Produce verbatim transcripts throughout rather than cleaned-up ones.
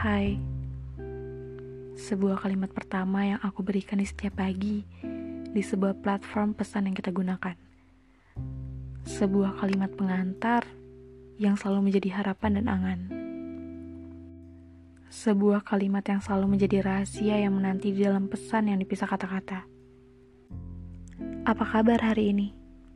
Hai, sebuah kalimat pertama yang aku berikan di setiap pagi di sebuah platform pesan yang kita gunakan. Sebuah kalimat pengantar yang selalu menjadi harapan dan angan. Sebuah kalimat yang selalu menjadi rahasia yang menanti di dalam pesan yang dipisah kata-kata. Apa kabar hari ini?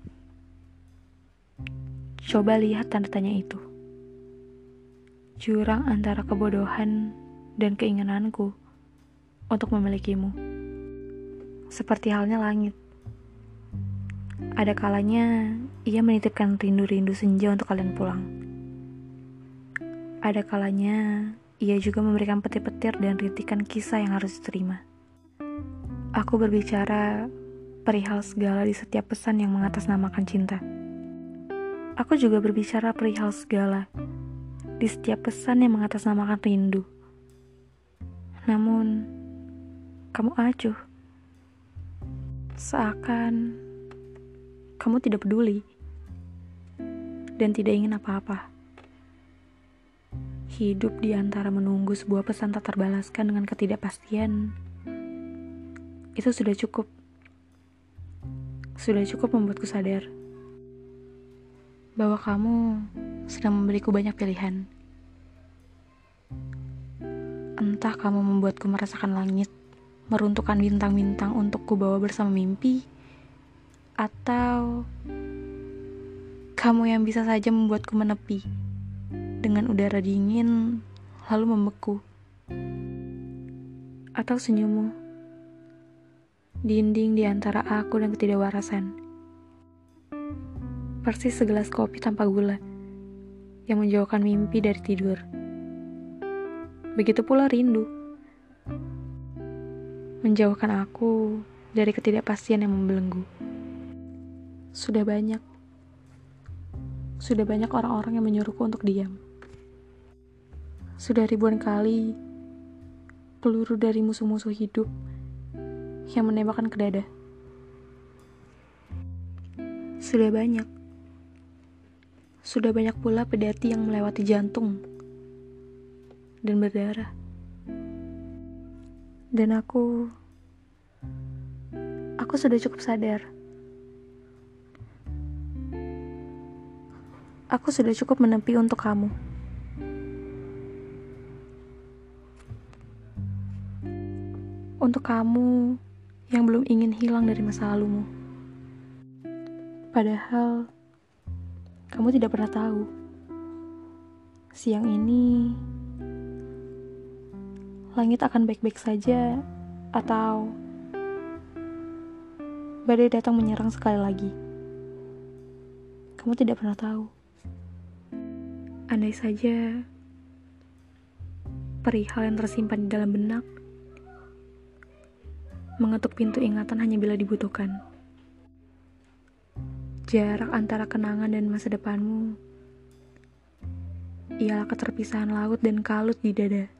Coba lihat tanda tanya itu. Jurang antara kebodohan dan keinginanku untuk memilikimu. Seperti halnya langit. Ada kalanya ia menitipkan rindu-rindu senja untuk kalian pulang. Ada kalanya ia juga memberikan petir-petir dan rintikan kisah yang harus diterima. Aku berbicara perihal segala di setiap pesan yang mengatasnamakan cinta. Aku juga berbicara perihal segala di setiap pesan yang mengatasnamakan rindu. Namun, kamu acuh. Seakan kamu tidak peduli dan tidak ingin apa-apa. Hidup di antara menunggu sebuah pesan tak terbalaskan dengan ketidakpastian, itu sudah cukup. Sudah cukup membuatku sadar bahwa kamu sedang memberiku banyak pilihan. Entah kamu membuatku merasakan langit, meruntuhkan bintang-bintang untuk ku bawa bersama mimpi, atau kamu yang bisa saja membuatku menepi dengan udara dingin lalu membeku, atau senyummu, dinding di antara aku dan ketidakwarasan. Persis segelas kopi tanpa gula yang menjauhkan mimpi dari tidur. Begitu pula rindu, menjauhkan aku dari ketidakpastian yang membelenggu. Sudah banyak, sudah banyak orang-orang yang menyuruhku untuk diam. Sudah ribuan kali peluru dari musuh-musuh hidup yang menembakkan ke dada. Sudah banyak, sudah banyak pula pedati yang melewati jantung dan berdarah. Dan aku, aku sudah cukup sadar. Aku sudah cukup menepi untuk kamu. Untuk kamu yang belum ingin hilang dari masa lalumu. Padahal kamu tidak pernah tahu, siang ini langit akan baik-baik saja atau badai datang menyerang sekali lagi. Kamu tidak pernah tahu. Andai saja perihal yang tersimpan di dalam benak mengetuk pintu ingatan hanya bila dibutuhkan. Jarak antara kenangan dan masa depanmu ialah keterpisahan laut dan kalut di dada.